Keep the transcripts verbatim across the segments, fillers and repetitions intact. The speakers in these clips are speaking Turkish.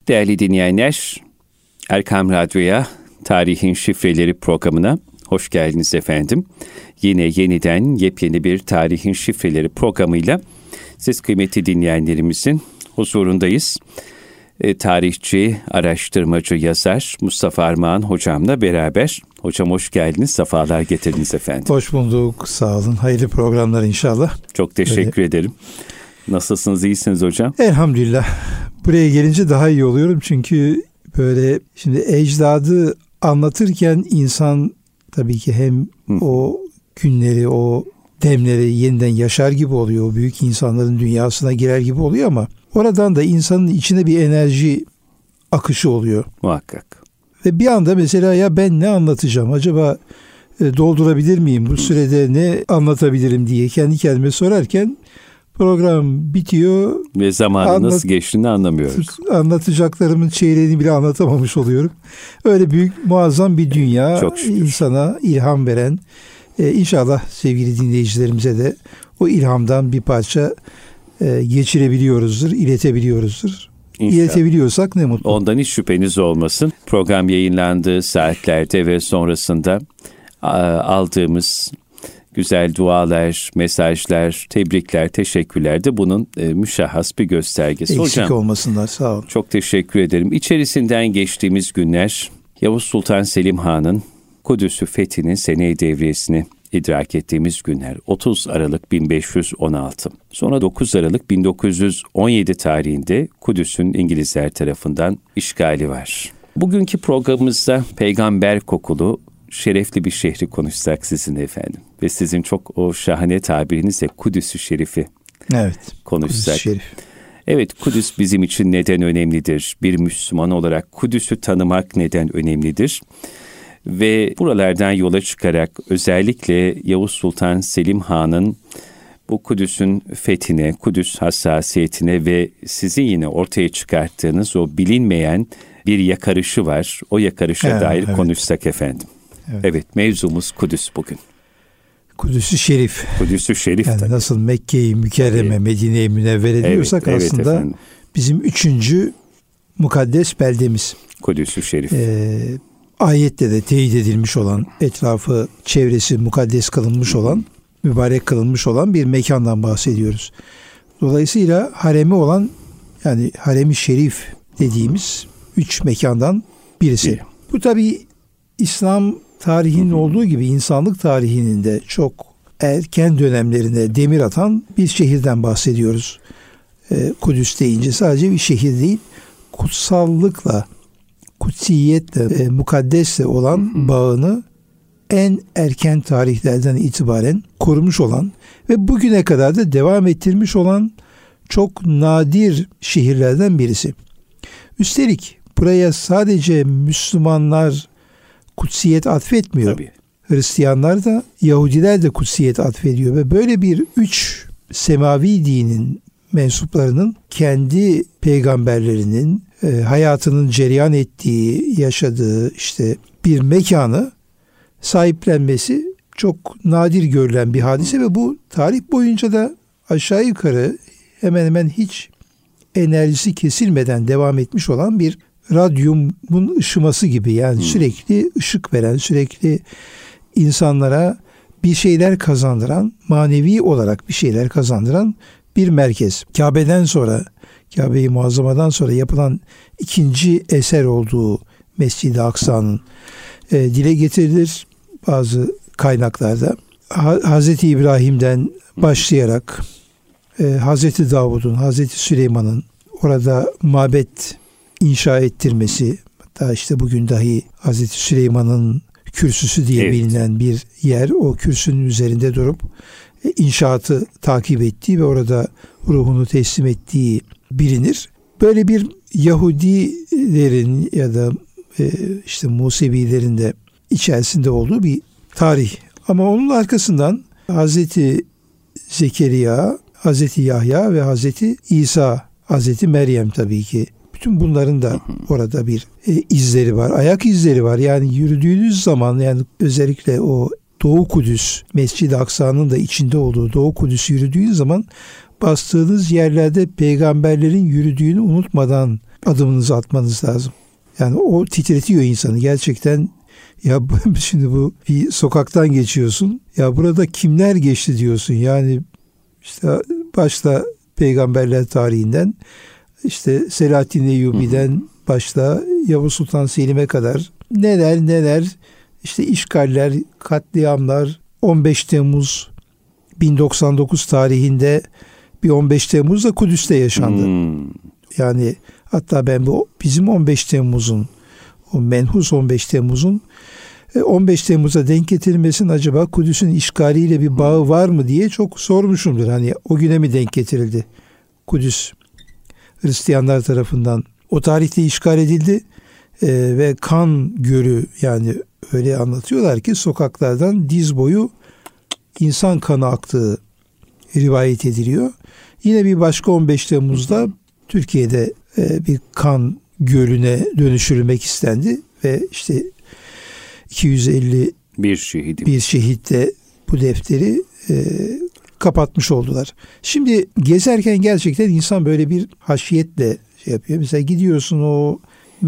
Değerli dinleyenler, Erkam Radyo'ya Tarihin Şifreleri programına hoş geldiniz efendim. Yine yeniden yepyeni bir Tarihin Şifreleri programıyla siz kıymetli dinleyenlerimizin huzurundayız. E, tarihçi, araştırmacı, yazar Mustafa Armağan hocamla beraber. Hocam hoş geldiniz, sefalar getirdiniz efendim. Hoş bulduk, sağ olun. Hayırlı programlar inşallah. Çok teşekkür Öyle. ederim. Nasılsınız, iyisiniz hocam? Elhamdülillah. Buraya gelince daha iyi oluyorum çünkü böyle şimdi ecdadı anlatırken insan tabii ki hem Hı. o günleri, o demleri yeniden yaşar gibi oluyor. O büyük insanların dünyasına girer gibi oluyor ama oradan da insanın içine bir enerji akışı oluyor. Muhakkak. Ve bir anda mesela ya ben ne anlatacağım? Acaba e, doldurabilir miyim? Bu sürede ne anlatabilirim diye kendi kendime sorarken program bitiyor. Ve zamanın Anlat- nasıl geçtiğini anlamıyoruz. Anlatacaklarımın çeyreğini bile anlatamamış oluyorum. Öyle büyük, muazzam bir dünya insana ilham veren. Ee, inşallah sevgili dinleyicilerimize de o ilhamdan bir parça e, geçirebiliyoruzdur, iletebiliyoruzdur. İnşallah. İletebiliyorsak ne mutlu. Ondan hiç şüpheniz olmasın. Program yayınlandığı saatlerde ve sonrasında aldığımız güzel dualar, mesajlar, tebrikler, teşekkürler de bunun e, müşahhas bir göstergesi. Eksik Hocam, olmasınlar, sağ olun. Çok teşekkür ederim. İçerisinden geçtiğimiz günler Yavuz Sultan Selim Han'ın Kudüs'ü fethinin sene-i devriyesini idrak ettiğimiz günler. otuz Aralık bin beş yüz on altı. Sonra dokuz Aralık bin dokuz yüz on yedi tarihinde Kudüs'ün İngilizler tarafından işgali var. Bugünkü programımızda peygamber kokulu şerefli bir şehri konuşsak sizinle efendim. Ve sizin çok o şahane tabirinizle Kudüs-ü Şerif'i evet, konuşsak. Kudüs-ü Şerif. Evet, Kudüs bizim için neden önemlidir? Bir Müslüman olarak Kudüs'ü tanımak neden önemlidir? Ve buralardan yola çıkarak özellikle Yavuz Sultan Selim Han'ın bu Kudüs'ün fethine, Kudüs hassasiyetine ve sizin yine ortaya çıkarttığınız o bilinmeyen bir yakarışı var. O yakarışa evet, dair evet. konuşsak efendim. Evet. evet, mevzumuz Kudüs bugün. Kudüs-ü Şerif. Kudüs-ü Şerif. Yani nasıl Mekke-i Mükerreme, evet. Medine-i Münevvere evet, diyorsak evet, aslında efendim. Bizim üçüncü mukaddes beldemiz. Kudüs-ü Şerif. Ee, ayette de teyit edilmiş olan, etrafı, çevresi mukaddes kılınmış olan, mübarek kılınmış olan bir mekandan bahsediyoruz. Dolayısıyla haremi olan, yani harem-i şerif dediğimiz üç mekandan birisi. Bir. Bu tabii İslam tarihinin olduğu gibi insanlık tarihinin de çok erken dönemlerinde demir atan bir şehirden bahsediyoruz. Ee, Kudüs deyince sadece bir şehir değil, kutsallıkla, kutsiyetle, e, mukaddesle olan bağını en erken tarihlerden itibaren korumuş olan ve bugüne kadar da devam ettirmiş olan çok nadir şehirlerden birisi. Üstelik buraya sadece Müslümanlar kutsiyet atfetmiyor. Tabii. Hristiyanlar da, Yahudiler de kutsiyet atfediyor ve böyle bir üç semavi dinin mensuplarının kendi peygamberlerinin e, hayatının cereyan ettiği, yaşadığı işte bir mekanı sahiplenmesi çok nadir görülen bir hadise ve bu tarih boyunca da aşağı yukarı hemen hemen hiç enerjisi kesilmeden devam etmiş olan bir radyumun ışıması gibi, yani hmm. sürekli ışık veren, sürekli insanlara bir şeyler kazandıran, manevi olarak bir şeyler kazandıran bir merkez. Kabe'den sonra, Kabe-i Muazzama'dan sonra yapılan ikinci eser olduğu Mescid-i Aksa'nın e, dile getirilir bazı kaynaklarda. Ha, Hazreti İbrahim'den başlayarak e, Hazreti Davud'un, Hazreti Süleyman'ın orada mabet inşa ettirmesi, hatta işte bugün dahi Hazreti Süleyman'ın kürsüsü diye evet. bilinen bir yer, o kürsünün üzerinde durup e, inşaatı takip ettiği ve orada ruhunu teslim ettiği bilinir. Böyle bir Yahudilerin ya da e, işte Musevilerin de içerisinde olduğu bir tarih. Ama onun arkasından Hazreti Zekeriya, Hazreti Yahya ve Hazreti İsa, Hazreti Meryem tabii ki. Bütün bunların da orada bir e, izleri var, ayak izleri var. Yani yürüdüğünüz zaman, yani özellikle o Doğu Kudüs, Mescid-i Aksa'nın da içinde olduğu Doğu Kudüs yürüdüğünüz zaman bastığınız yerlerde peygamberlerin yürüdüğünü unutmadan adımınızı atmanız lazım. Yani o titretiyor insanı gerçekten. Ya şimdi bu bir sokaktan geçiyorsun. Ya burada kimler geçti diyorsun. Yani işte başta peygamberler tarihinden, işte Selahaddin Eyyubi'den başta Yavuz Sultan Selim'e kadar neler neler, işte işgaller, katliamlar, on beş Temmuz bin doksan dokuz tarihinde bir on beş Temmuz'da Kudüs'te yaşandı. Hmm. Yani hatta ben bu bizim on beş Temmuz'un, o menhus on beş Temmuz'un on beş Temmuz'a denk getirilmesinin acaba Kudüs'ün işgaliyle bir bağı var mı diye çok sormuşumdur. Hani o güne mi denk getirildi Kudüs Hristiyanlar tarafından? O tarihte işgal edildi ee, ve kan gölü, yani öyle anlatıyorlar ki sokaklardan diz boyu insan kanı aktığı rivayet ediliyor. Yine bir başka on beş Temmuz'da Türkiye'de e, bir kan gölüne dönüştürülmek istendi ve işte iki yüz elli bir şehit bir şehitle bu defteri e, kapatmış oldular. Şimdi gezerken gerçekten insan böyle bir haşiyetle şey yapıyor. Mesela gidiyorsun o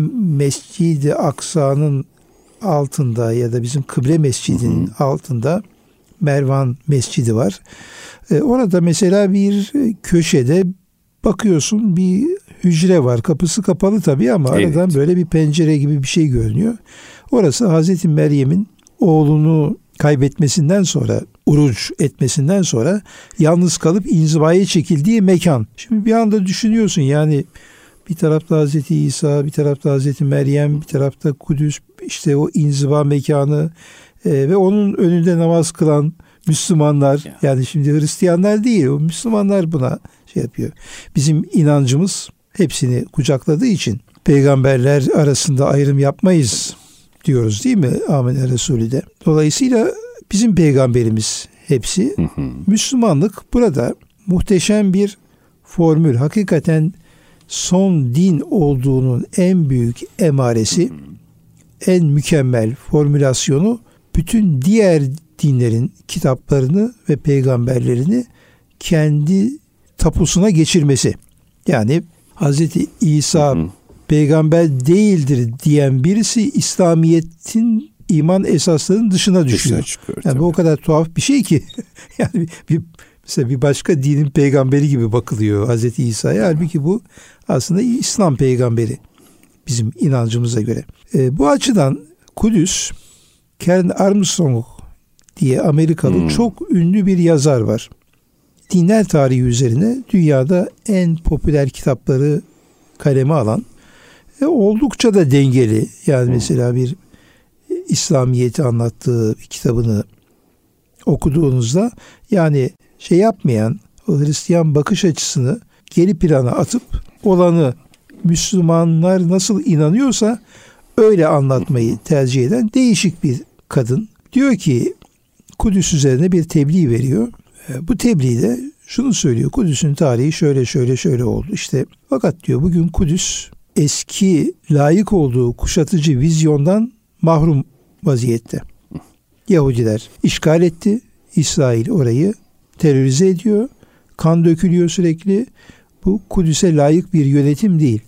Mescid-i Aksa'nın altında ya da bizim Kıble Mescidinin hı hı. altında Mervan Mescidi var. E, orada mesela bir köşede bakıyorsun bir hücre var. Kapısı kapalı tabii ama evet. aradan böyle bir pencere gibi bir şey görünüyor. Orası Hazreti Meryem'in oğlunu kaybetmesinden sonra, uruç etmesinden sonra yalnız kalıp inzivaya çekildiği mekan. Şimdi bir anda düşünüyorsun, yani bir tarafta Hazreti İsa, bir tarafta Hazreti Meryem, bir tarafta Kudüs, işte o inziva mekanı e, ve onun önünde namaz kılan Müslümanlar. Ya. Yani şimdi Hristiyanlar değil, o Müslümanlar buna şey yapıyor. Bizim inancımız hepsini kucakladığı için peygamberler arasında ayrım yapmayız diyoruz değil mi? Âmene Resulü de. Dolayısıyla bizim peygamberimiz hepsi. Hı hı. Müslümanlık burada muhteşem bir formül. Hakikaten son din olduğunun en büyük emaresi, hı hı. en mükemmel formülasyonu bütün diğer dinlerin kitaplarını ve peygamberlerini kendi tapusuna geçirmesi. Yani Hazreti İsa hı hı. peygamber değildir diyen birisi İslamiyet'in iman esaslarının dışına düşüyor. Çıkıyor, yani bu o kadar tuhaf bir şey ki yani bir, mesela bir başka dinin peygamberi gibi bakılıyor Hazreti İsa'ya. Halbuki bu aslında İslam peygamberi bizim inancımıza göre. E, bu açıdan Kudüs, Karen Armstrong diye Amerikalı hmm. çok ünlü bir yazar var. Dinler tarihi üzerine dünyada en popüler kitapları kaleme alan, e, oldukça da dengeli. Yani hmm. mesela bir İslamiyet'i anlattığı bir kitabını okuduğunuzda, yani şey yapmayan, o Hristiyan bakış açısını geri plana atıp olanı Müslümanlar nasıl inanıyorsa öyle anlatmayı tercih eden değişik bir kadın. Diyor ki Kudüs üzerine bir tebliğ veriyor. Bu tebliğde şunu söylüyor: Kudüs'ün tarihi şöyle şöyle şöyle oldu. İşte fakat diyor bugün Kudüs eski layık olduğu kuşatıcı vizyondan mahrum vaziyette. Yahudiler işgal etti. İsrail orayı terörize ediyor. Kan dökülüyor sürekli. Bu Kudüs'e layık bir yönetim değil.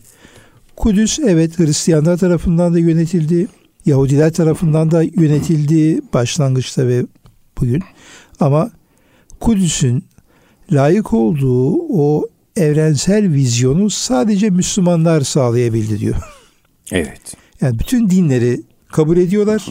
Kudüs evet Hristiyanlar tarafından da yönetildi. Yahudiler tarafından da yönetildi başlangıçta ve bugün. Ama Kudüs'ün layık olduğu o evrensel vizyonu sadece Müslümanlar sağlayabildi diyor. Evet. Yani bütün dinleri kabul ediyorlar.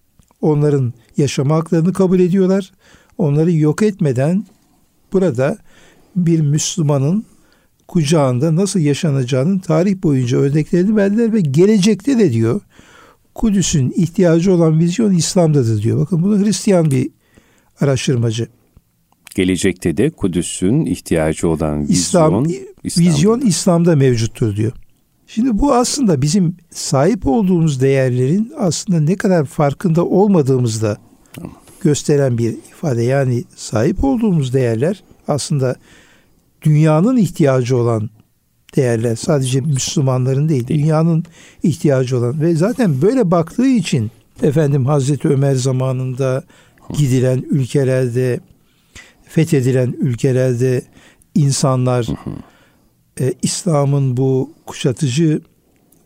Onların yaşama haklarını kabul ediyorlar. Onları yok etmeden burada bir Müslümanın kucağında nasıl yaşanacağının tarih boyunca örneklerini verdiler ve gelecekte de diyor Kudüs'ün ihtiyacı olan vizyon İslam'dadır diyor. Bakın bunu Hristiyan bir araştırmacı. Gelecekte de Kudüs'ün ihtiyacı olan vizyon İslam, İslam'da. vizyon İslam'da mevcuttur diyor. Şimdi bu aslında bizim sahip olduğumuz değerlerin aslında ne kadar farkında olmadığımızda tamam. gösteren bir ifade. Yani sahip olduğumuz değerler aslında dünyanın ihtiyacı olan değerler. Sadece Müslümanların değil, değil. dünyanın ihtiyacı olan ve zaten böyle baktığı için efendim Hazreti Ömer zamanında gidilen ülkelerde, fethedilen ülkelerde insanlar hı hı. E, İslam'ın bu kuşatıcı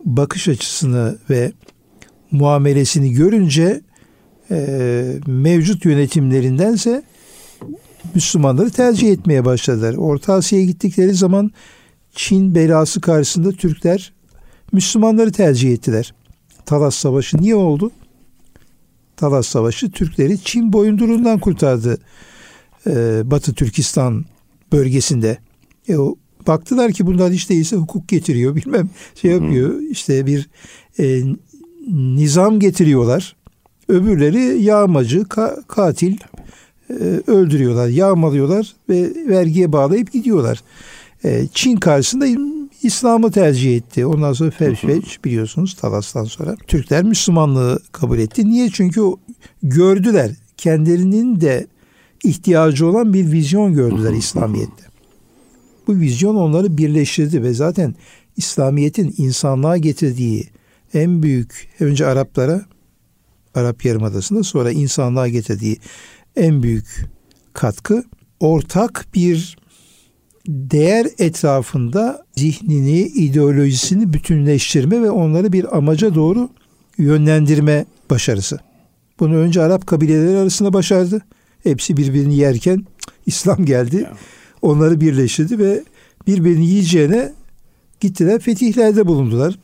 bakış açısını ve muamelesini görünce e, mevcut yönetimlerindense Müslümanları tercih etmeye başladılar. Orta Asya'ya gittikleri zaman Çin belası karşısında Türkler Müslümanları tercih ettiler. Talas Savaşı niye oldu? Talas Savaşı Türkleri Çin boyunduruluğundan kurtardı e, Batı Türkistan bölgesinde. E, o, baktılar ki bunlar hiç değilse hukuk getiriyor, bilmem şey yapıyor. İşte bir e, nizam getiriyorlar. Öbürleri yağmacı, ka- katil e, öldürüyorlar, yağmalıyorlar ve vergiye bağlayıp gidiyorlar. E, Çin karşısında İslam'ı tercih etti. Ondan sonra Fevşveç biliyorsunuz Talas'tan sonra. Türkler Müslümanlığı kabul etti. Niye? Çünkü o, gördüler. Kendilerinin de ihtiyacı olan bir vizyon gördüler İslamiyet'te. Bu vizyon onları birleştirdi ve zaten İslamiyet'in insanlığa getirdiği en büyük, önce Araplara, Arap Yarımadası'nda, sonra insanlığa getirdiği en büyük katkı ortak bir değer etrafında zihnini, ideolojisini bütünleştirme ve onları bir amaca doğru yönlendirme başarısı. Bunu önce Arap kabileleri arasında başardı. Hepsi birbirini yerken İslam geldi. Onları birleştirdi ve birbirini yiyeceğine gittiler, fetihlerde bulundular.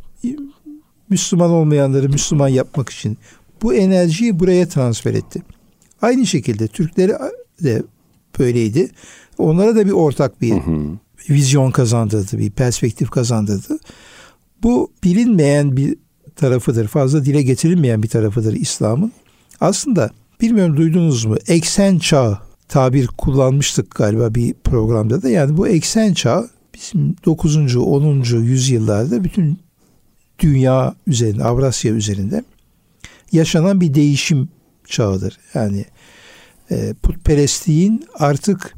Müslüman olmayanları Müslüman yapmak için bu enerjiyi buraya transfer etti. Aynı şekilde Türkleri de böyleydi. Onlara da bir ortak bir hı hı. vizyon kazandırdı, bir perspektif kazandırdı. Bu bilinmeyen bir tarafıdır, fazla dile getirilmeyen bir tarafıdır İslam'ın. Aslında bilmiyorum duydunuz mu? Eksen çağı tabir kullanmıştık galiba bir programda da. Yani bu eksen çağı bizim dokuzuncu onuncu yüzyıllarda bütün dünya üzerinde, Avrasya üzerinde yaşanan bir değişim çağıdır. Yani e, putperestliğin artık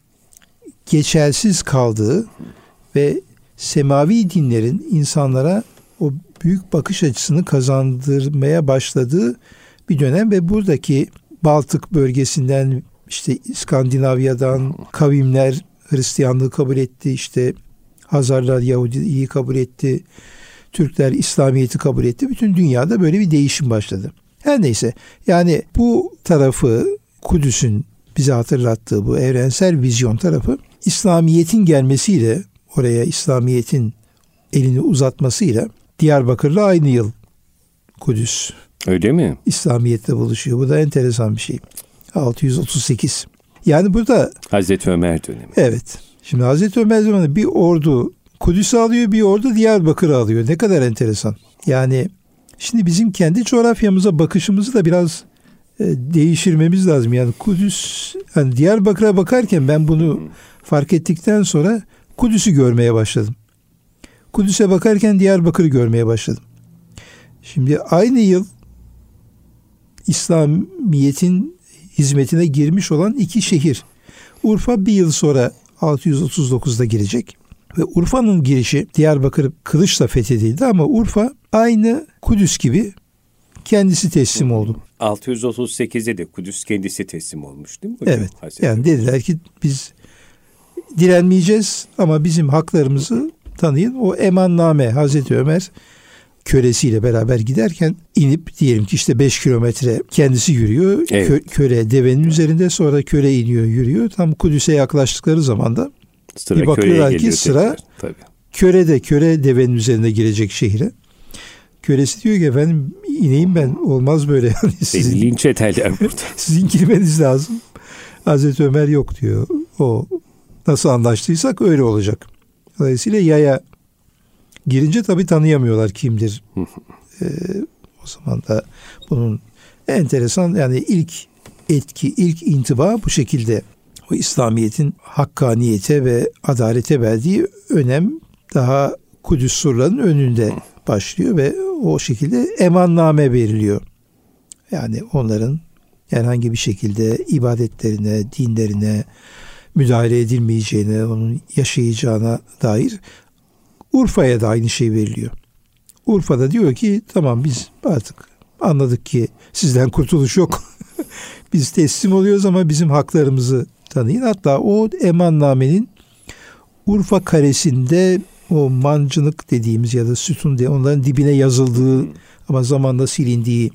geçersiz kaldığı ve semavi dinlerin insanlara o büyük bakış açısını kazandırmaya başladığı bir dönem ve buradaki Baltık bölgesinden, işte İskandinavya'dan kavimler Hristiyanlığı kabul etti, işte Hazarlar Yahudi'yi kabul etti, Türkler İslamiyet'i kabul etti. Bütün dünyada böyle bir değişim başladı. Her neyse, yani bu tarafı, Kudüs'ün bize hatırlattığı bu evrensel vizyon tarafı, İslamiyet'in gelmesiyle, oraya İslamiyet'in elini uzatmasıyla Diyarbakır'la aynı yıl Kudüs. Öyle mi? İslamiyet'le buluşuyor. Bu da enteresan bir şey. altı yüz otuz sekiz. Yani burada Hazreti Ömer dönemi. Evet. Şimdi Hazreti Ömer zamanı bir ordu Kudüs'ü alıyor, bir ordu Diyarbakır'ı alıyor. Ne kadar enteresan. Yani şimdi bizim kendi coğrafyamıza bakışımızı da biraz e, değiştirmemiz lazım. Yani Kudüs, yani Diyarbakır'a bakarken ben bunu fark ettikten sonra Kudüs'ü görmeye başladım. Kudüs'e bakarken Diyarbakır'ı görmeye başladım. Şimdi aynı yıl İslamiyet'in hizmetine girmiş olan iki şehir. Urfa bir yıl sonra altı yüz otuz dokuzda girecek. Ve Urfa'nın girişi, Diyarbakır kılıçla fethedildi ama Urfa aynı Kudüs gibi kendisi teslim oldu. altı yüz otuz sekizde de Kudüs kendisi teslim olmuş değil mi? Evet. Hazreti yani dediler ki biz direnmeyeceğiz ama bizim haklarımızı tanıyın. O emanname, Hazreti Ömer kölesiyle beraber giderken inip, diyelim ki işte beş kilometre kendisi yürüyor. Evet. Kö, köle devenin üzerinde, sonra köle iniyor, yürüyor. Tam Kudüs'e yaklaştıkları zaman da sıra bir bakıyorlar ki sıra tabii. Kölede, köle devenin üzerinde girecek şehre. Kölesi diyor ki efendim ineyim ben, olmaz böyle. Yani sizin, beni linç ederler burada. Sizin girmeniz lazım. Hazreti Ömer yok diyor. O nasıl anlaştıysak öyle olacak. Dolayısıyla yaya girince tabii tanıyamıyorlar kimdir. ee, o zaman da bunun enteresan, yani ilk etki, ilk intiba bu şekilde. O İslamiyet'in hakkaniyete ve adalete verdiği önem daha Kudüs surlarının önünde başlıyor ve o şekilde emanname veriliyor. Yani onların herhangi bir şekilde ibadetlerine, dinlerine müdahale edilmeyeceğine, onun yaşayacağına dair. Urfa'ya da aynı şey veriliyor. Urfa'da diyor ki tamam, biz artık anladık ki sizden kurtuluş yok. Biz teslim oluyoruz ama bizim haklarımızı tanıyın. Hatta o emannamenin Urfa karesinde o mancınık dediğimiz ya da sütun diye onların dibine yazıldığı ama zamanla silindiği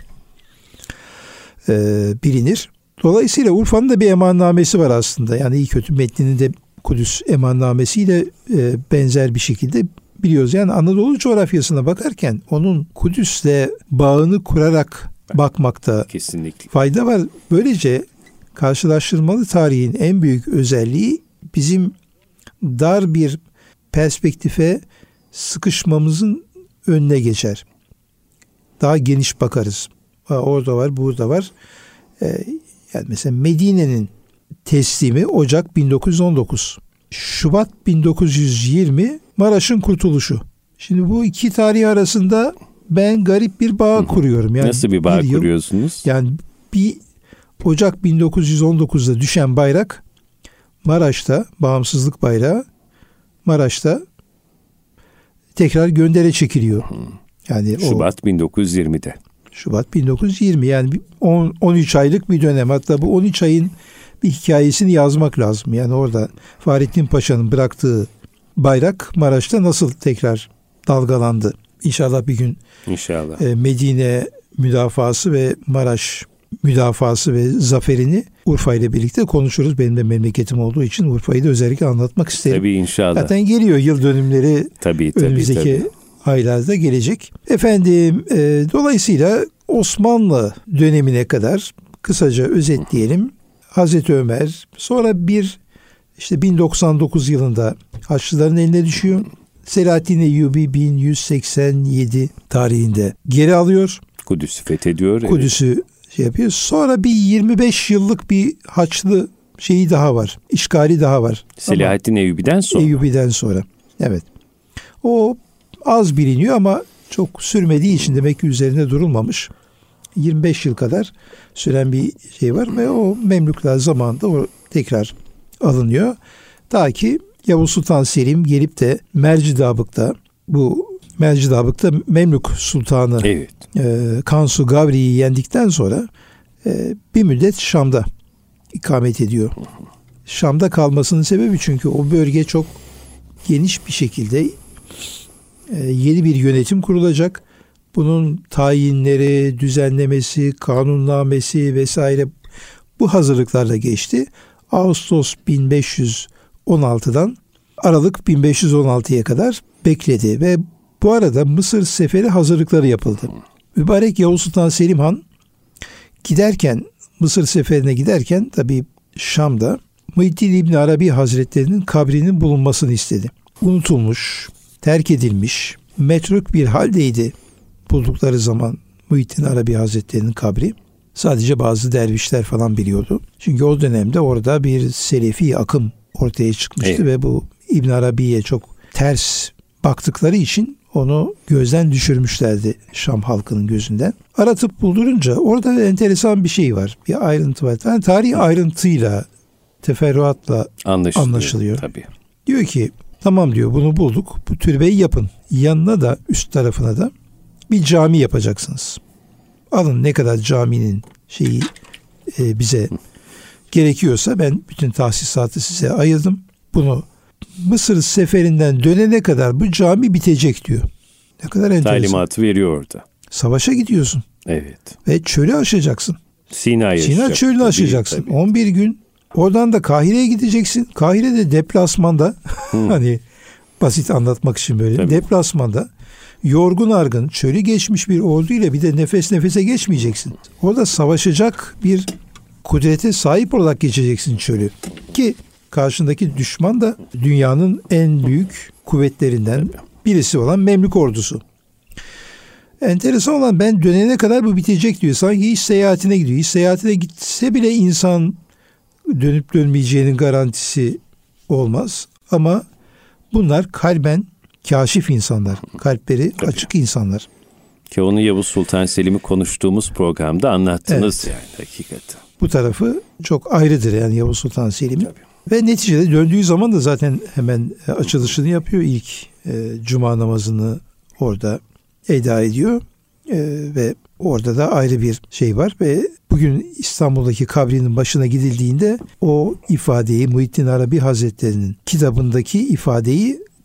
e, bilinir. Dolayısıyla Urfa'nın da bir emannamesi var aslında. Yani iyi kötü metninin de Kudüs emannamesiyle e, benzer bir şekilde biliyoruz. Yani Anadolu coğrafyasına bakarken onun Kudüs'le bağını kurarak bakmakta kesinlikle fayda var. Böylece karşılaştırmalı tarihin en büyük özelliği bizim dar bir perspektife sıkışmamızın önüne geçer. Daha geniş bakarız. Ha, orada var, burada var. Ee, yani mesela Medine'nin teslimi Ocak bin dokuz yüz on dokuz. Şubat bin dokuz yüz yirmi Maraş'ın kurtuluşu. Şimdi bu iki tarih arasında ben garip bir bağ kuruyorum. Yani nasıl bir bağ bir yıl, kuruyorsunuz? Yani bir Ocak bin dokuz yüz on dokuzda düşen bayrak Maraş'ta, bağımsızlık bayrağı Maraş'ta tekrar göndere çekiliyor. Yani Şubat o, bin dokuz yüz yirmide. Şubat bin dokuz yüz yirmi yani on, on üç aylık bir dönem. Hatta bu on üç ayın bir hikayesini yazmak lazım. Yani orada Fahrettin Paşa'nın bıraktığı bayrak Maraş'ta nasıl tekrar dalgalandı? İnşallah bir gün İnşallah. E, Medine müdafası ve Maraş müdafası ve zaferini Urfa ile birlikte konuşuruz. Benim de memleketim olduğu için Urfa'yı da özellikle anlatmak isterim. Tabii inşallah. Zaten geliyor yıl dönümleri tabii, tabii, önümüzdeki tabii. aylarda gelecek. Efendim e, dolayısıyla Osmanlı dönemine kadar kısaca özetleyelim. Hazreti Ömer sonra bir işte bin doksan dokuz yılında Haçlıların eline düşüyor. Selahaddin Eyyubi bin yüz seksen yedi tarihinde geri alıyor. Kudüs'ü fethediyor. Kudüs'ü evet. şey yapıyor. Sonra bir yirmi beş yıllık bir Haçlı şeyi daha var. İşgali daha var. Selahaddin Eyyubi'den sonra. Eyyubi'den sonra. Evet. O az biliniyor ama çok sürmediği için demek ki üzerine durulmamış. yirmi beş yıl kadar süren bir şey var ve o Memlükler zamanında o tekrar alınıyor. Ta ki Yavuz Sultan Selim gelip de Mercidabık'ta bu Mercidabık'ta Memlük Sultanı evet. e, Kansu Gavri'yi yendikten sonra e, bir müddet Şam'da ikamet ediyor. Şam'da kalmasının sebebi çünkü o bölge çok geniş bir şekilde e, yeni bir yönetim kurulacak. Bunun tayinleri, düzenlemesi, kanunnamesi vesaire bu hazırlıklarla geçti. Ağustos bin beş yüz on altıdan Aralık bin beş yüz on altıya kadar bekledi ve bu arada Mısır seferi hazırlıkları yapıldı. Mübarek Yavuz Sultan Selim Han giderken, Mısır seferine giderken tabii Şam'da Muhyiddin İbni Arabi Hazretleri'nin kabrinin bulunmasını istedi. Unutulmuş, terk edilmiş, metruk bir haldeydi buldukları zaman Muhyiddin Arabi Hazretleri'nin kabri. Sadece bazı dervişler falan biliyordu. Çünkü o dönemde orada bir Selefi akım ortaya çıkmıştı evet. ve bu İbn Arabi'ye çok ters baktıkları için onu gözden düşürmüşlerdi Şam halkının gözünden. Aratıp buldurunca orada enteresan bir şey var. Bir ayrıntı var. Yani tarih ayrıntıyla, teferruatla anlaşılıyor. anlaşılıyor. Tabii. Diyor ki tamam diyor bunu bulduk. Bu türbeyi yapın. Yanına da üst tarafına da bir cami yapacaksınız. Alın ne kadar caminin şeyi e, bize gerekiyorsa ben bütün tahsisatı size ayırdım. Bunu Mısır seferinden dönene kadar bu cami bitecek diyor. Ne kadar enteresan. Talimatı veriyor orada. Savaşa gidiyorsun. Evet. Ve çölü aşacaksın. Sina'yı Sina çölünü tabii, aşacaksın. Tabii. on bir gün. Oradan da Kahire'ye gideceksin. Kahire'de deplasmanda hani basit anlatmak için böyle tabii. deplasmanda yorgun argın çölü geçmiş bir orduyla bir de nefes nefese geçmeyeceksin. Orada savaşacak bir kudrete sahip olarak geçeceksin çölü. Ki karşındaki düşman da dünyanın en büyük kuvvetlerinden birisi olan Memlük ordusu. Enteresan olan ben dönene kadar bu bitecek diyor. Sanki iş seyahatine gidiyor. İş seyahatine gitse bile insan dönüp dönmeyeceğinin garantisi olmaz. Ama bunlar kalben kâşif insanlar. Kalpleri Tabii. açık insanlar. Ki onu Yavuz Sultan Selim'i konuştuğumuz programda anlattınız evet. yani hakikaten. Bu tarafı çok ayrıdır yani Yavuz Sultan Selim'in. Ve neticede döndüğü zaman da zaten hemen açılışını yapıyor. İlk e, cuma namazını orada eda ediyor. E, ve orada da ayrı bir şey var. Ve bugün İstanbul'daki kabrinin başına gidildiğinde o ifadeyi Muhyiddin Arabi Hazretleri'nin kitabındaki ifadeyi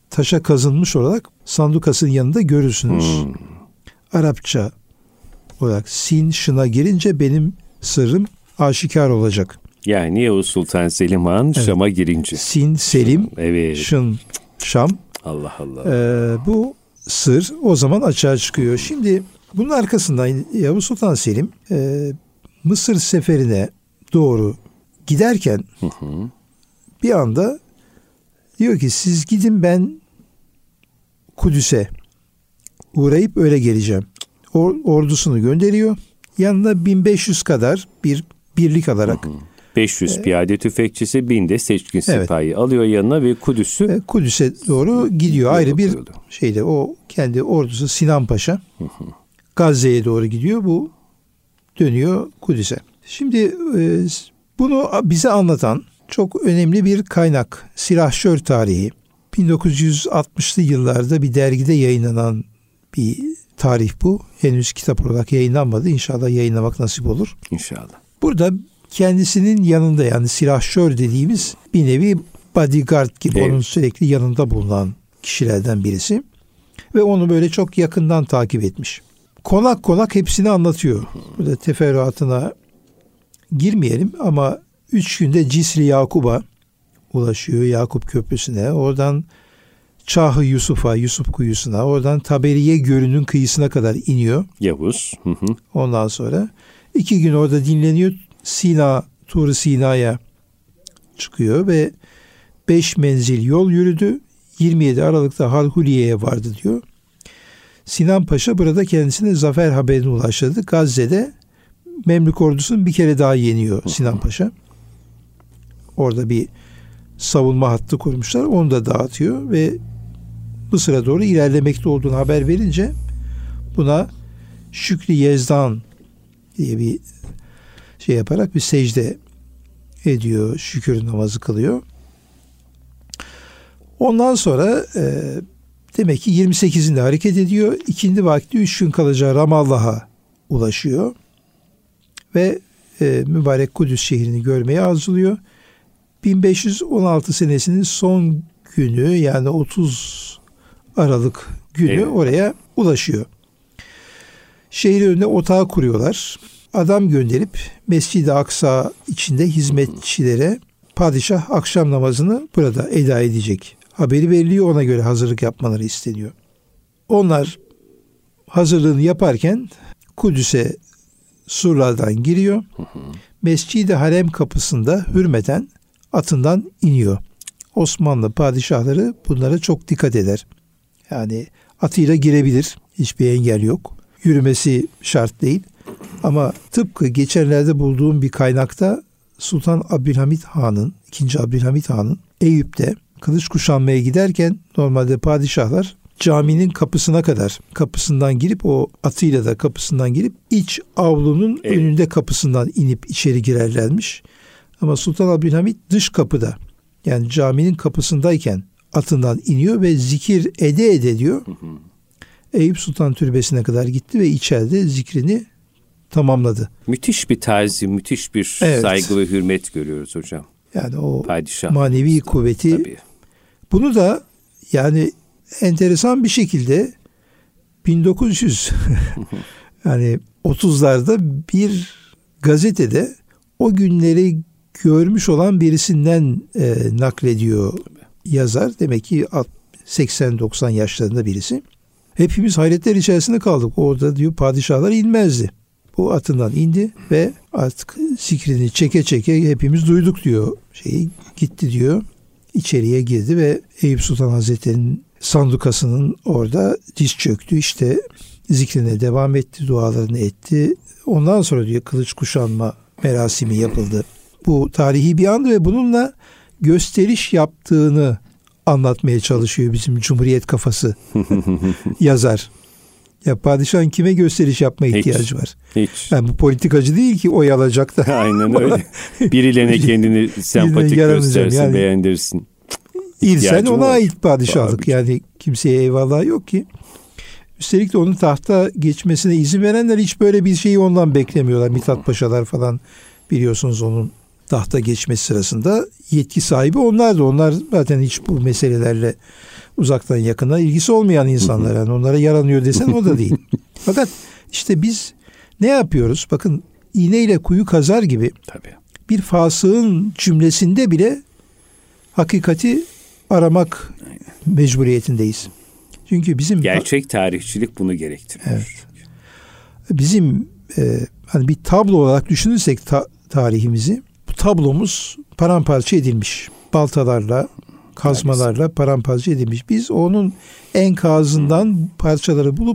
taşa kazınmış olarak sandukasının yanında görürsünüz. Hmm. Arapça olarak sin şına girince benim sırrım aşikar olacak. Yani Yavuz Sultan Selim Han evet. Şam'a girince. Sin Selim, evet. Şın Şam. Allah Allah. Ee, bu sır o zaman açığa çıkıyor. Şimdi bunun arkasından Yavuz Sultan Selim e, Mısır seferine doğru giderken hı hı. bir anda diyor ki siz gidin, ben Kudüs'e uğrayıp öyle geleceğim. Or, ordusunu gönderiyor. Yanına bin beş yüz kadar bir birlik alarak. Hı hı. beş yüz e, piyade tüfekçisi, bin de seçkin sipahi evet. alıyor yanına ve Kudüs'ü e, Kudüs'e doğru gidiyor. Ayrı bir şeyde o kendi ordusu Sinan Paşa hı hı. Gazze'ye doğru gidiyor. Bu dönüyor Kudüs'e. Şimdi e, bunu bize anlatan çok önemli bir kaynak. Silahşör tarihi. bin dokuz yüz altmışlı yıllarda bir dergide yayınlanan bir tarih bu. Henüz kitap olarak yayınlanmadı. İnşallah yayınlamak nasip olur. İnşallah. Burada kendisinin yanında, yani silahşör dediğimiz bir nevi bodyguard gibi evet. onun sürekli yanında bulunan kişilerden birisi. Ve onu böyle çok yakından takip etmiş. Konak konak hepsini anlatıyor. Burada teferruatına girmeyelim ama üç günde Cisri Yakub'a ulaşıyor, Yakup Köprüsü'ne. Oradan Çahı Yusuf'a, Yusuf Kuyusu'na, oradan Taberiye Gölü'nün kıyısına kadar iniyor. Yavuz. Hı hı. Ondan sonra iki gün orada dinleniyor. Sina, Tur-u Sina'ya çıkıyor ve beş menzil yol yürüdü. yirmi yedi Aralık'ta Halhuliye'ye vardı diyor. Sinan Paşa burada kendisine zafer haberini ulaştırdı. Gazze'de Memlük ordusunu bir kere daha yeniyor Sinan Paşa. Orada bir savunma hattı kurmuşlar. Onu da dağıtıyor ve Mısır'a doğru ilerlemekte olduğunu haber verince buna Şükrü Yezdan diye bir şey yaparak bir secde ediyor. Şükür namazı kılıyor. Ondan sonra e, demek ki yirmi sekizinde hareket ediyor. İkindi vakti üç gün kalacağı Ramallah'a ulaşıyor. Ve e, mübarek Kudüs şehrini görmeye arzuluyor. bin beş yüz on altı senesinin son günü, yani otuz Aralık günü evet. oraya ulaşıyor. Şehir önüne otağı kuruyorlar. Adam gönderip Mescid-i Aksa içinde hizmetçilere padişah akşam namazını burada eda edecek haberi veriliyor. Ona göre hazırlık yapmaları isteniyor. Onlar hazırlığını yaparken Kudüs'e surlardan giriyor. Mescid-i Harem kapısında hürmeten atından iniyor. Osmanlı padişahları bunlara çok dikkat eder. Yani atıyla girebilir. Hiçbir engel yok. Yürümesi şart değil. Ama tıpkı geçenlerde bulduğum bir kaynakta Sultan Abdülhamit Han'ın, ikinci Abdülhamit Han'ın Eyüp'te kılıç kuşanmaya giderken normalde padişahlar caminin kapısına kadar kapısından girip o atıyla da kapısından girip iç avlunun evet. önünde kapısından inip içeri girerlermiş. Ama Sultan Abdülhamit dış kapıda, yani caminin kapısındayken atından iniyor ve zikir ede ede diyor. Hı hı. Eyüp Sultan Türbesi'ne kadar gitti ve içeride zikrini tamamladı. Müthiş bir tazim, müthiş bir evet. saygı ve hürmet görüyoruz hocam. Yani o padişah manevi kuvveti. Tabii. Bunu da yani enteresan bir şekilde bin dokuz yüz yani otuzlarda bir gazetede o günleri görmüş olan birisinden e, naklediyor yazar. Demek ki seksen doksan yaşlarında birisi. Hepimiz hayretler içerisinde kaldık. Orada diyor padişahlar inmezdi. Bu atından indi ve artık zikrini çeke çeke hepimiz duyduk diyor. Şeyi gitti diyor. İçeriye girdi ve Eyüp Sultan Hazretleri'nin sandukasının orada diz çöktü. İşte zikrine devam etti, dualarını etti. Ondan sonra diyor kılıç kuşanma merasimi yapıldı. Bu tarihi bir andı ve bununla gösteriş yaptığını anlatmaya çalışıyor bizim Cumhuriyet kafası yazar. Ya padişahın kime gösteriş yapma ihtiyacı hiç, var? Hiç. Yani bu politikacı değil ki oy alacak da. Aynen öyle. Birilerine kendini sempatik göstersin, yani, beğendirsin. İlsen ona var. Ait padişahlık. Tabii. Yani kimseye eyvallah yok ki. Üstelik de onun tahta geçmesine izin verenler hiç böyle bir şeyi ondan beklemiyorlar. Mithat Paşalar falan biliyorsunuz onun tahta geçmesi sırasında yetki sahibi onlardı. Onlar zaten hiç bu meselelerle uzaktan yakına ilgisi olmayan insanlar. Yani onlara yaranıyor desen o da değil. Fakat işte biz ne yapıyoruz? Bakın, iğneyle kuyu kazar gibi. Tabii. Bir fasığın cümlesinde bile hakikati aramak Aynen. mecburiyetindeyiz. Çünkü bizim gerçek tarihçilik bunu gerektiriyor. Evet. Bizim e, hani bir tablo olarak düşünürsek ta, tarihimizi, bu tablomuz paramparça edilmiş. Baltalarla, kazmalarla paramparça edilmiş. Biz onun enkazından hmm. parçaları bulup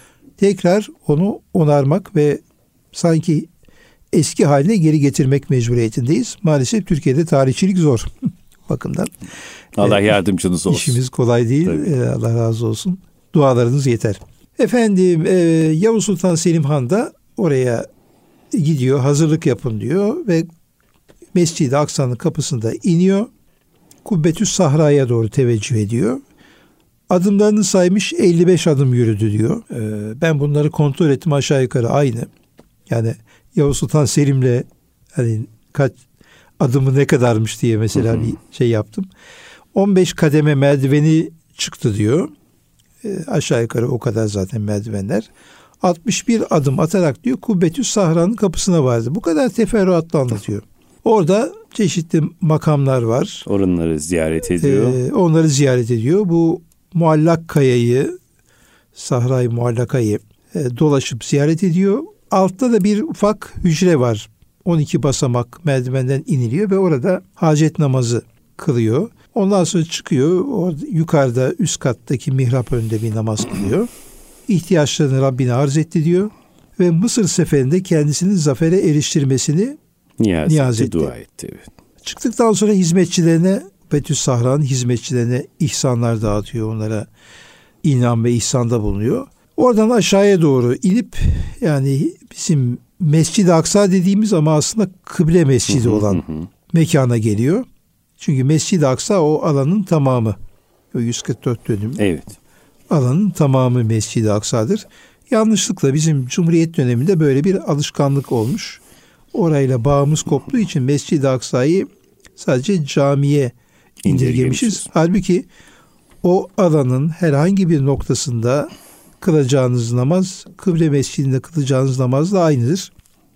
tekrar onu onarmak ve sanki eski haline geri getirmek mecburiyetindeyiz. Maalesef Türkiye'de tarihçilik zor bakımdan. Allah yardımcınız olsun. İşimiz kolay değil. Ee, Allah razı olsun. Dualarınız yeter. Efendim e, Yavuz Sultan Selim Han da oraya gidiyor. Hazırlık yapın diyor ve Mescid-i Aksa'nın kapısında iniyor. Kubbetü's Sahra'ya doğru teveccüh ediyor. Adımlarını saymış, elli beş adım yürüdü diyor. Ee, ben bunları kontrol ettim, aşağı yukarı aynı. Yani Yavuz Sultan Selim'le hani kaç adımı ne kadarmış diye mesela hı hı. bir şey yaptım. on beş kademe merdiveni çıktı diyor. E, aşağı yukarı o kadar zaten merdivenler. altmış bir adım atarak diyor Kubbetü's Sahra'nın kapısına vardı. Bu kadar teferruatlı anlatıyor. Orada çeşitli makamlar var. Onları ziyaret ediyor. E, onları ziyaret ediyor. Bu Muallak Kaya'yı, Sahra-i Muallaka'yı e, dolaşıp ziyaret ediyor. Altta da bir ufak hücre var. on iki basamak merdivenden iniliyor ve orada hacet namazı kılıyor. Ondan sonra çıkıyor. Orada, yukarıda üst kattaki mihrap önünde bir namaz kılıyor. İhtiyaçlarını Rabbine arz etti diyor. Ve Mısır seferinde kendisinin zafere eriştirmesini niyaz, niyaz etti. Dua etti. Evet. Çıktıktan sonra hizmetçilerine, Kubbetü's Sahra'nın hizmetçilerine ihsanlar dağıtıyor. Onlara inam ve ihsanda bulunuyor. Oradan aşağıya doğru inip yani bizim Mescid-i Aksa dediğimiz ama aslında kıble mescidi olan mekana geliyor. Çünkü Mescid-i Aksa o alanın tamamı. O yüz kırk dört dönüm. Evet. Alanın tamamı Mescid-i Aksa'dır. Yanlışlıkla bizim Cumhuriyet döneminde böyle bir alışkanlık olmuş. Orayla bağımız koptuğu için Mescid-i Aksa'yı sadece camiye indirgemişiz. Halbuki o alanın herhangi bir noktasında kılacağınız namaz kıble mescidinde kılacağınız namazla aynıdır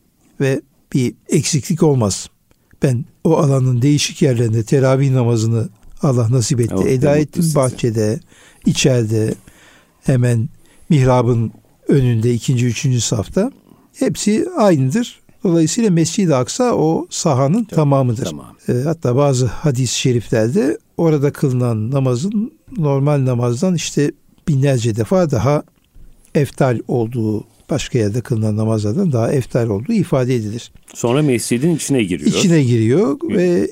ve bir eksiklik olmaz. Ben o alanın değişik yerlerinde teravih namazını Allah nasip etti. Evet, eda ettim bahçede, içeride, hemen mihrabın önünde ikinci, üçüncü safta. Hepsi aynıdır. Dolayısıyla Mescid-i Aksa o sahanın evet, tamamıdır. Tamam. E, hatta bazı hadis-i şeriflerde orada kılınan namazın normal namazdan işte binlerce defa daha eftal olduğu, başka yerde kılınan namazlardan daha eftal olduğu ifade edilir. Sonra mescidin içine giriyor. İçine giriyor Hı. ve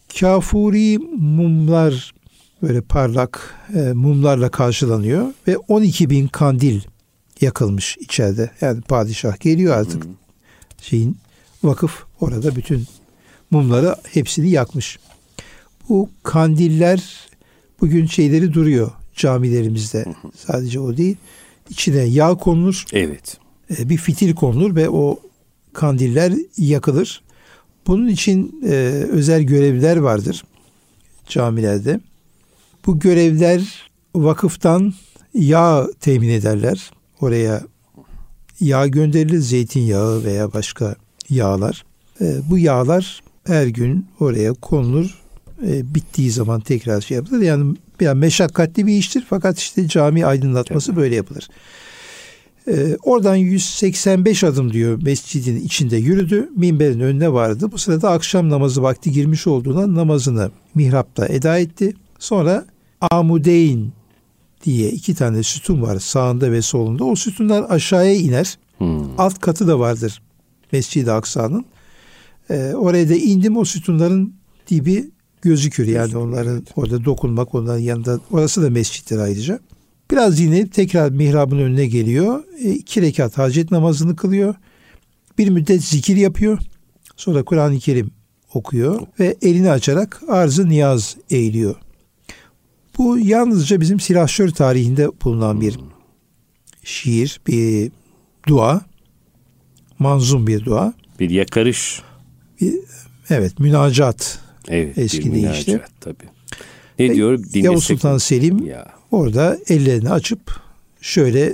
kafuri mumlar, böyle parlak e, mumlarla karşılanıyor ve on iki bin kandil yakılmış içeride. Yani padişah geliyor artık. Hı. Şeyin vakıf orada bütün mumları hepsini yakmış. Bu kandiller bugün şeyleri duruyor camilerimizde. Hı hı. Sadece o değil. İçine yağ konulur. Evet. Bir fitil konulur ve o kandiller yakılır. Bunun için e, özel görevliler vardır camilerde. Bu görevliler vakıftan yağ temin ederler. Oraya yağ gönderilir, zeytinyağı veya başka yağlar. E, bu yağlar her gün oraya konulur. E, bittiği zaman tekrar şey yapılır. Yani yani meşakkatli bir iştir fakat işte cami aydınlatması Tabii. böyle yapılır. Ee, oradan yüz seksen beş adım diyor mescidin içinde yürüdü. Minberin önüne vardı. Bu sırada akşam namazı vakti girmiş olduğundan namazını mihrapta eda etti. Sonra Amudeyn diye iki tane sütun var sağında ve solunda. O sütunlar aşağıya iner. Hmm. Alt katı da vardır Mescid-i Aksa'nın. Ee, oraya da indim, o sütunların dibi gözükür. Yani onların orada dokunmak, onların yanında, orası da mescittir ayrıca. Biraz dinlenip tekrar mihrabın önüne geliyor. E, iki rekat hacet namazını kılıyor. Bir müddet zikir yapıyor. Sonra Kur'an-ı Kerim okuyor ve elini açarak arz-ı niyaz eğiliyor. Bu yalnızca bizim silahşör tarihinde bulunan bir şiir, bir dua. Manzum bir dua. Bir yakarış. Bir, Evet, münacat. Evet, eski bir deyişle. münacat tabii. Ne diyor? Dinlesek Yavuz Sultan Selim ya. orada ellerini açıp şöyle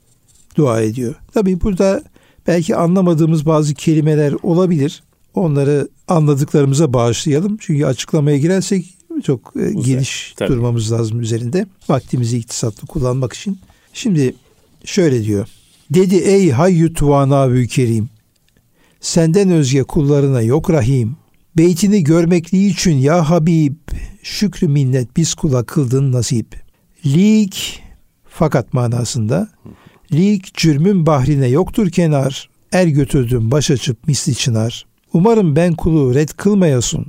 dua ediyor. Tabii burada belki anlamadığımız bazı kelimeler olabilir. Onları anladıklarımıza bağışlayalım. Çünkü açıklamaya girersek çok Uzay, geniş tabii. durmamız lazım üzerinde. Vaktimizi iktisatlı kullanmak için. Şimdi şöyle diyor. Dedi ey hayyü tuvanâ-vü kerim. Senden özge kullarına yok rahim. Beytini görmekliği için ya Habib. Şükrü minnet biz kula kıldın nasip. Lik fakat manasında. Lik cürmün bahrine yoktur kenar. Er götürdüm baş açıp misli çınar. Umarım ben kulu red kılmayasın.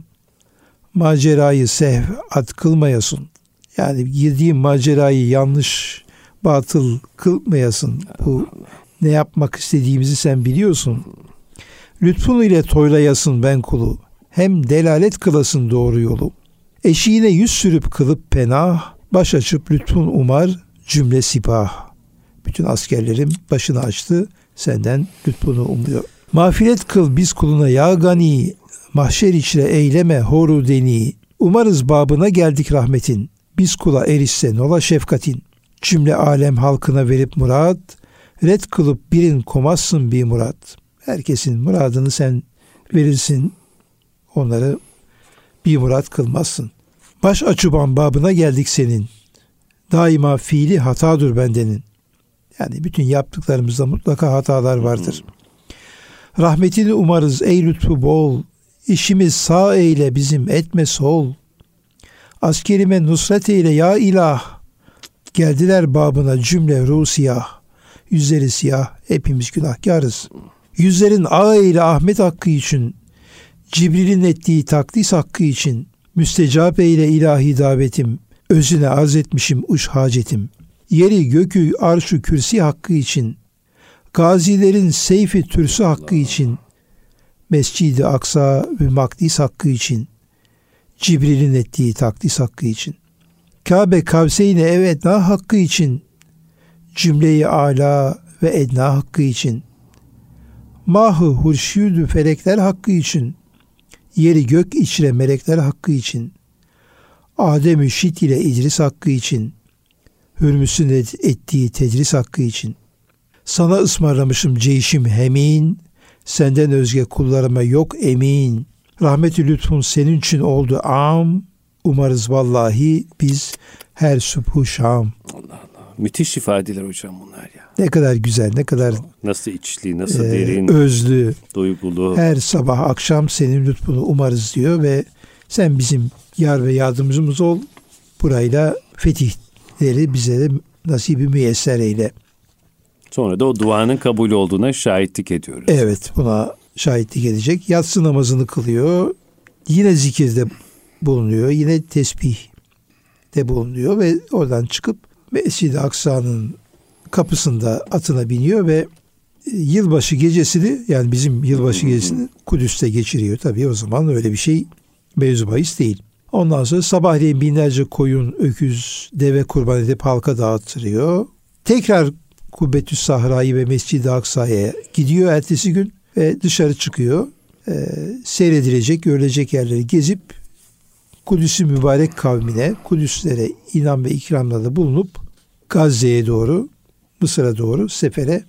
Macerayı sehv at kılmayasın. Yani girdiğim macerayı yanlış, batıl kılmayasın. Bu ne yapmak istediğimizi sen biliyorsun. Lütfun ile toylayasın ben kulu. Hem delalet kılasın doğru yolu. Eşiğine yüz sürüp kılıp penah. Baş açıp lütfun umar cümle sipah. Bütün askerlerim başını açtı. Senden lütfunu umuyor. Mağfiret kıl biz kuluna ya gani. Mahşer içre eyleme horu deni. Umarız babına geldik rahmetin. Biz kula erişse nola şefkatin. Cümle alem halkına verip murat. Red kılıp birin komazsın bir murat. Herkesin muradını sen verirsin. Onları bir murat kılmazsın. Baş açuban babına geldik senin. Daima fiili hatadır bendenin. Yani bütün yaptıklarımızda mutlaka hatalar vardır. Rahmetini umarız ey lütfu bol. İşimiz sağ eyle bizim etme sol. Askerime nusret eyle ya ilah. Geldiler babına cümle ruh siyah. Yüzleri siyah hepimiz günahkarız. Yüzlerin ağ eyle Ahmet hakkı için. Cibril'in ettiği takdis hakkı için. Müstecap eyle ilahi davetim. Özüne arz etmişim uç hacetim. Yeri gökü arşu kürsi hakkı için. Gazilerin seyfi türsü hakkı için. Mescid-i Aksa ve Makdis hakkı için. Cibril'in ettiği takdis hakkı için. Kabe Kavseyne ev edna hakkı için. Cümleyi ala ve edna hakkı için. Mahı hurşidü felekler hakkı için. Yeri gök içre melekler hakkı için. Adem-i Şit ile İdris hakkı için. Hürmüs'ün ettiği tedris hakkı için. Sana ısmarlamışım ceyşim hemin. Senden özge kullarıma yok emin. Rahmet-i lütfun senin için oldu am. Umarız vallahi biz her subhu şam. Allah Allah. Müthiş ifadeler hocam bunlar ya. Ne kadar güzel, ne kadar nasıl içli, nasıl e, derin, özlü, duygulu. Her sabah akşam senin lütfunu umarız diyor ve sen bizim yar ve yardımcımız ol. Burayla fetihleri bize de nasibi müyesser eyle. Sonra da o duanın kabul olduğuna şahitlik ediyoruz. Evet, buna şahitlik edecek. Yatsı namazını kılıyor. Yine zikirde bulunuyor. Yine tesbihde bulunuyor ve oradan çıkıp Mescid-i Aksa'nın kapısında atına biniyor ve yılbaşı gecesini, yani bizim yılbaşı gecesini Kudüs'te geçiriyor. Tabii o zaman öyle bir şey mevzu bahis değil. Ondan sonra sabahleyin binlerce koyun, öküz, deve kurban edip halka dağıtırıyor. Tekrar Kubbetü's Sahra'yı ve Mescid-i Aksa'ya gidiyor ertesi gün ve dışarı çıkıyor. Ee, seyredilecek, görülecek yerleri gezip Kudüs-ü mübarek kavmine, Kudüslere inan ve ikramlarda bulunup Gazze'ye doğru, Mısır'a doğru sefere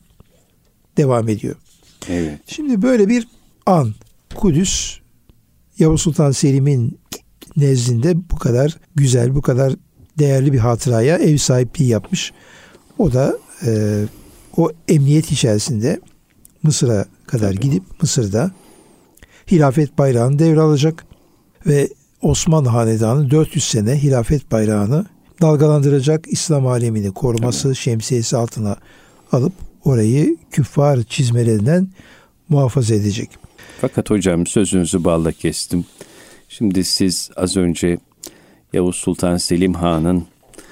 devam ediyor. Evet. Şimdi böyle bir an, Kudüs, Yavuz Sultan Selim'in nezdinde bu kadar güzel, bu kadar değerli bir hatıraya ev sahipliği yapmış. O da e, o emniyet içerisinde Mısır'a kadar Tabii. gidip Mısır'da hilafet bayrağını devralacak ve Osmanlı Hanedanı dört yüz sene hilafet bayrağını dalgalandıracak, İslam alemini koruması Tabii. şemsiyesi altına alıp orayı küffar çizmelerinden muhafaza edecek. Fakat hocam sözünüzü balla kestim. Şimdi siz az önce Yavuz Sultan Selim Han'ın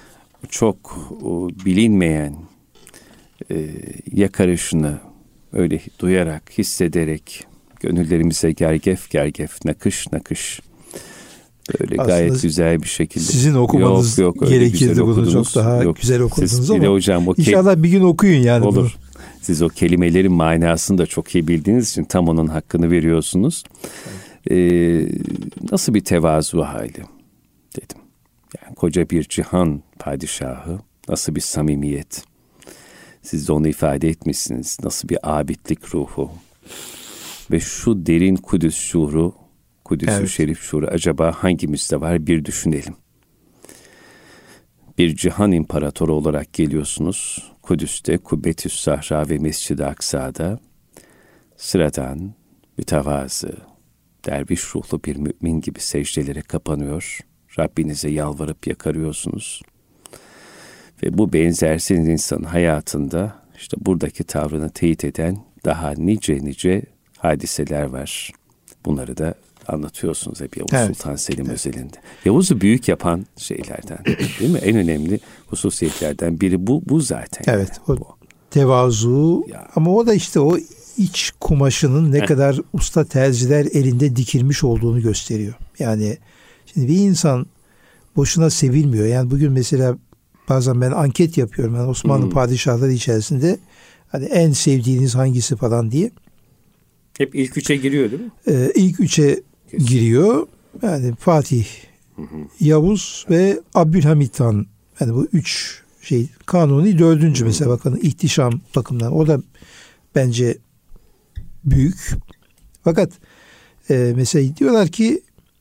çok o, bilinmeyen e, yakarışını öyle duyarak, hissederek gönüllerimize gergef gergef, nakış nakış böyle aslında gayet güzel bir şekilde. Sizin okumanız yok, yok, gerekirdi bunu okudunuz. Çok daha yok, güzel okudunuz siz, ama hocam, o inşallah ke- bir gün okuyun yani. Olur. Bunu. Siz o kelimelerin manasını da çok iyi bildiğiniz için tam onun hakkını veriyorsunuz. Ee, nasıl bir tevazu hali dedim. Yani koca bir cihan padişahı, nasıl bir samimiyet. Siz de onu ifade etmişsiniz. Nasıl bir abidlik ruhu. Ve şu derin Kudüs şuuru, Kudüs-ü evet. Şerif şuuru acaba hangimizde var bir düşünelim. Bir cihan imparatoru olarak geliyorsunuz. Kudüs'te, Kubbetü's Sahra ve Mescid-i Aksa'da sıradan, mütevazı, derviş ruhlu bir mümin gibi secdelere kapanıyor. Rabbinize yalvarıp yakarıyorsunuz. Ve bu benzersiz insanın hayatında işte buradaki tavrını teyit eden daha nice nice hadiseler var. Bunları da anlatıyorsunuz hep Yavuz evet. Sultan Selim evet. özelinde. Yavuz'u büyük yapan şeylerden değil mi? En önemli hususiyetlerden biri bu bu zaten. Evet. O bu. Tevazu ya. Ama o da işte o iç kumaşının ne Heh. kadar usta terziler elinde dikilmiş olduğunu gösteriyor. Yani şimdi bir insan boşuna sevilmiyor. Yani bugün mesela bazen ben anket yapıyorum. Yani Osmanlı hmm. padişahları içerisinde hani en sevdiğiniz hangisi falan diye. Hep ilk üçe giriyor değil mi? Ee, ilk üçe Kesin. giriyor. Yani Fatih, hı hı. Yavuz ve Abdülhamit Han. Yani bu üç şey Kanuni dördüncü hı. mesela bakın ihtişam bakımından. O da bence büyük. Fakat e, mesela diyorlar ki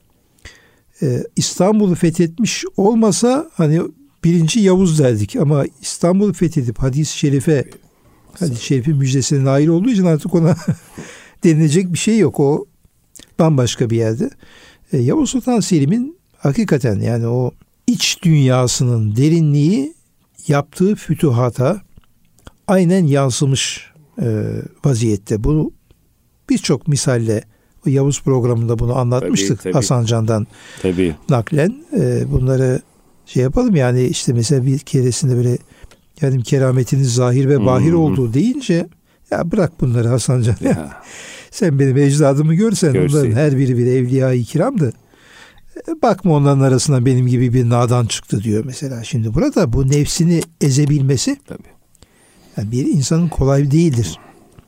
e, İstanbul'u fethetmiş olmasa hani birinci Yavuz derdik ama İstanbul'u fethedip hadis-i şerife hadis-i şerifin müjdesine nail olduğu için artık ona denilecek bir şey yok. O bambaşka bir yerde. E, Yavuz Sultan Selim'in hakikaten yani o iç dünyasının derinliği yaptığı fütuhata aynen yansımış e, vaziyette. Bunu birçok misalle o Yavuz programında bunu anlatmıştık. Tabii, tabii. Hasan Can'dan tabii. naklen. E, bunları şey yapalım yani işte mesela bir keresinde böyle yani kerametiniz zahir ve bahir hmm. olduğu deyince ya bırak bunları Hasan Can. Ya. Sen benim ecdadımı görsen Görseydin. Onların her biri bir evliya-i kiramdı. Bakma onların arasından benim gibi bir nadan çıktı diyor mesela. Şimdi burada bu nefsini ezebilmesi tabii. Yani bir insanın kolay değildir.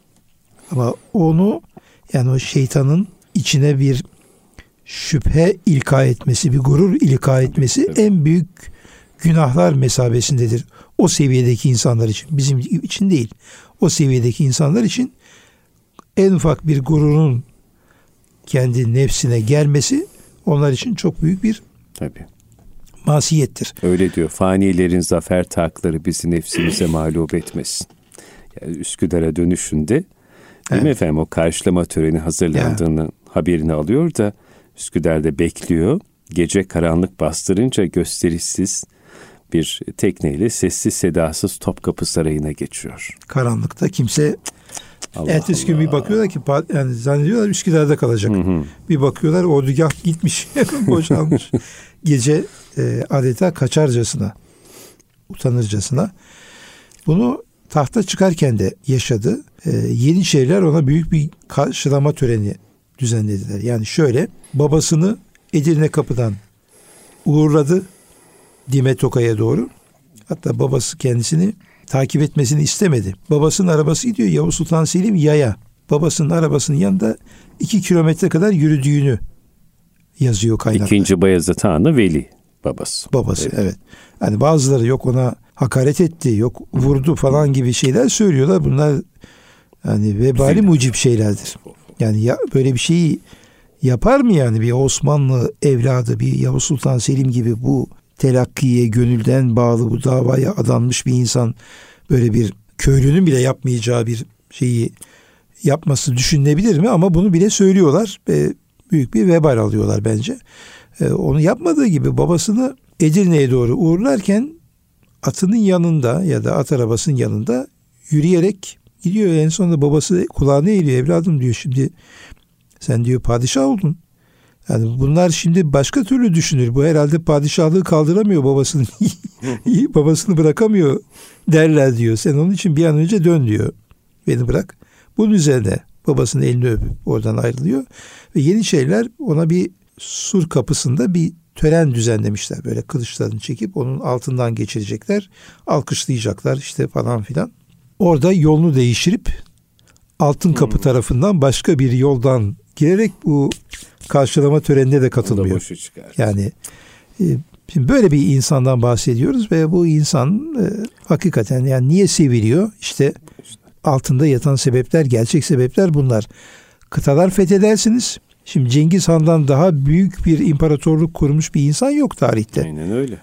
Ama onu yani o şeytanın içine bir şüphe ilka etmesi, bir gurur ilka etmesi tabii, tabii. en büyük günahlar mesabesindedir. O seviyedeki insanlar için. Bizim için değil. O seviyedeki insanlar için en ufak bir gururun kendi nefsine gelmesi onlar için çok büyük bir tabii. masiyettir. Öyle diyor. Fanilerin zafer takları bizi nefsimize mağlup etmesin. Yani Üsküdar'a dönüşünde değil evet. mi efendim o karşılama töreni hazırlandığını ya. haberini alıyor da Üsküdar'da bekliyor. Gece karanlık bastırınca gösterişsiz bir tekneyle sessiz sedasız Topkapı Sarayı'na geçiyor. Karanlıkta kimse Allah ertesi gün bir bakıyorlar ki yani zannediyorlar Üsküdar'da kalacak. Hı hı. Bir bakıyorlar ordugah gitmiş, boşalmış. Gece e, adeta kaçarcasına, utanırcasına. Bunu tahta çıkarken de yaşadı. E, Yeniçeriler ona büyük bir karşılama töreni düzenlediler. Yani şöyle babasını Edirne Kapı'dan uğurladı Dime Toka'ya doğru. Hatta babası kendisini takip etmesini istemedi. Babasının arabası gidiyor. Yavuz Sultan Selim yaya. Babasının arabasının yanında iki kilometre kadar yürüdüğünü yazıyor kaynaklar. İkinci Bayezid Han'ı Veli babası. Babası evet. evet. Yani bazıları yok ona hakaret etti, yok vurdu falan gibi şeyler söylüyorlar. Bunlar yani vebali mucib şeylerdir. Yani ya, böyle bir şeyi yapar mı yani bir Osmanlı evladı, bir Yavuz Sultan Selim gibi bu telakkiye gönülden bağlı bu davaya adanmış bir insan böyle bir köylünün bile yapmayacağı bir şeyi yapması düşünülebilir mi? Ama bunu bile söylüyorlar ve büyük bir vebal alıyorlar bence. Ee, onu yapmadığı gibi babasını Edirne'ye doğru uğurlarken atının yanında ya da at arabasının yanında yürüyerek gidiyor. En sonunda babası kulağına eğiliyor. Evladım diyor şimdi sen diyor padişah oldun. Yani bunlar şimdi başka türlü düşünür. Bu herhalde padişahlığı kaldıramıyor babasını. babasını bırakamıyor derler diyor. Sen onun için bir an önce dön diyor. Beni bırak. Bunun üzerine babasının elini öpüp oradan ayrılıyor. Ve Yeniçeriler ona bir sur kapısında bir tören düzenlemişler. Böyle kılıçlarını çekip onun altından geçirecekler. Alkışlayacaklar işte falan filan. Orada yolunu değiştirip Altın Kapı hmm. tarafından başka bir yoldan girerek bu karşılama törenine de katılmıyor. Yani e, şimdi böyle bir insandan bahsediyoruz ve bu insan e, hakikaten yani niye seviliyor? İşte altında yatan sebepler, gerçek sebepler bunlar. Kıtalar fethedersiniz. Şimdi Cengiz Han'dan daha büyük bir imparatorluk kurmuş bir insan yok tarihte. Aynen öyle.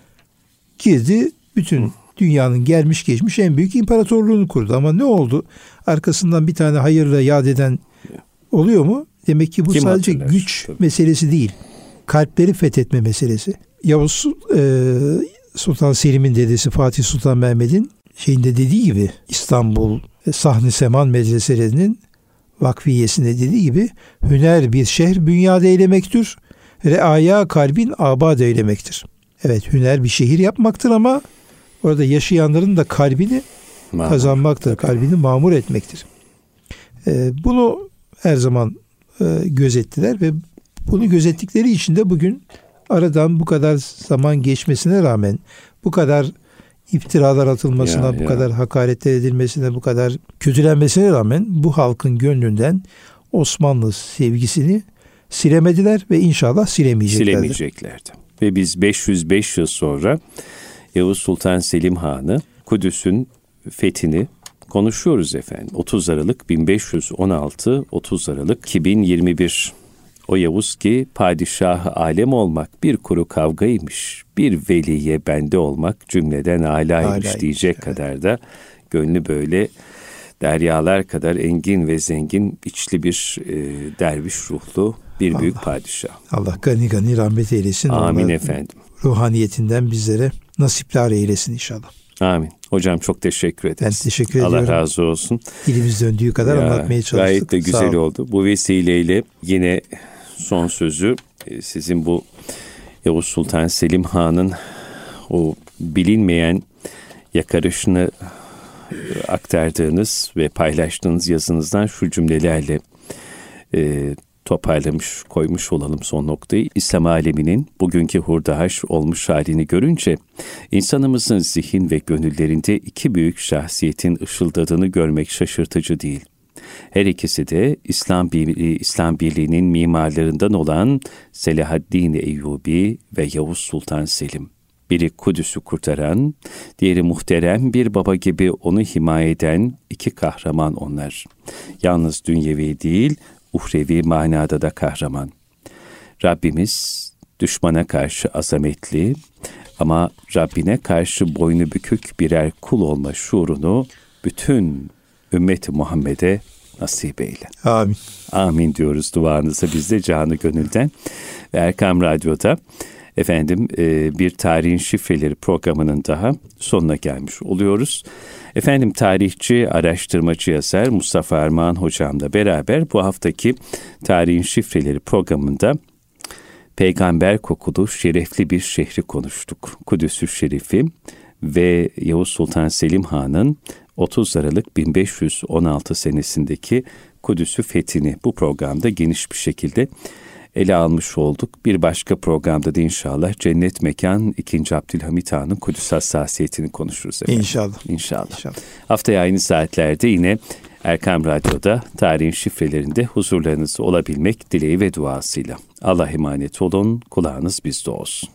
Girdi, bütün dünyanın gelmiş geçmiş en büyük imparatorluğunu kurdu. Ama ne oldu? Arkasından bir tane hayırla yad eden oluyor mu? Demek ki bu Kim sadece hatırlar? güç Tabii. meselesi değil. Kalpleri fethetme meselesi. Yavuz e, Sultan Selim'in dedesi Fatih Sultan Mehmet'in şeyinde dediği gibi İstanbul Sahn-ı Seman medreselerinin vakfiyesinde dediği gibi hüner bir şehir bünyad eylemektir. Reaya kalbin abad eylemektir. Evet, hüner bir şehir yapmaktır ama orada yaşayanların da kalbini mamur kazanmaktır. Kalbini mamur etmektir. Ee, bunu her zaman e, gözettiler ve bunu gözettikleri için de bugün aradan bu kadar zaman geçmesine rağmen, bu kadar iftiralar atılmasına, ya, bu ya. kadar hakaretler edilmesine, bu kadar kötülenmesine rağmen bu halkın gönlünden Osmanlı sevgisini silemediler ve inşallah silemeyeceklerdir. Silemeyeceklerdi. Ve biz beş yüz beş yıl sonra Yavuz Sultan Selim Han'ı, Kudüs'ün fethini konuşuyoruz efendim. otuz Aralık bin beş yüz on altı, otuz Aralık iki bin yirmi bir. O Yavuz ki padişah-ı alem olmak bir kuru kavgaymış, bir veliye bende olmak cümleden âlâymış Âlâymış, diyecek evet. kadar da gönlü böyle deryalar kadar engin ve zengin içli bir e, derviş ruhlu bir Allah. büyük padişah. Allah gani gani rahmet eylesin. Amin Allah efendim. ruhaniyetinden bizlere nasipler eylesin inşallah. Amin. Hocam çok teşekkür ederiz. Ben teşekkür Allah ediyorum. Allah razı olsun. Dilimiz döndüğü kadar Ya, anlatmaya çalıştık. Gayet de Sağ güzel olun. oldu. Bu vesileyle yine son sözü sizin bu Yavuz Sultan Selim Han'ın o bilinmeyen yakarışını aktardığınız ve paylaştığınız yazınızdan şu cümlelerle e, toparlamış, koymuş olalım son noktayı. İslam aleminin bugünkü hurdahaş olmuş halini görünce insanımızın zihin ve gönüllerinde iki büyük şahsiyetin ışıldadığını görmek şaşırtıcı değil. Her ikisi de İslam Birliği, İslam Birliği'nin mimarlarından olan Selahaddin Eyyubi ve Yavuz Sultan Selim. Biri Kudüs'ü kurtaran, diğeri muhterem bir baba gibi onu himaye eden iki kahraman onlar. Yalnız dünyevi değil, uhrevi manada da kahraman. Rabbimiz düşmana karşı azametli ama Rabbine karşı boynu bükük birer kul olma şuurunu bütün ümmet-i Muhammed'e nasip eyle. Amin. Amin diyoruz duanıza biz de canı gönülden. Ve Erkam Radyo'da efendim bir Tarihin Şifreleri programının daha sonuna gelmiş oluyoruz. Efendim tarihçi, araştırmacı yazar Mustafa Armağan hocamla beraber bu haftaki Tarihin Şifreleri programında peygamber kokulu şerefli bir şehri konuştuk. Kudüs-ü Şerif'i ve Yavuz Sultan Selim Han'ın otuz Aralık bin beş yüz on altı senesindeki Kudüs'ü fethini bu programda geniş bir şekilde ele almış olduk. Bir başka programda da inşallah Cennet Mekan ikinci. Abdülhamit Han'ın Kudüs hassasiyetini konuşuruz efendim. İnşallah. İnşallah. İnşallah. Haftaya aynı saatlerde yine Erkam Radyo'da Tarihin Şifrelerinde huzurlarınızda olabilmek dileği ve duasıyla. Allah'a emanet olun, kulağınız bizde olsun.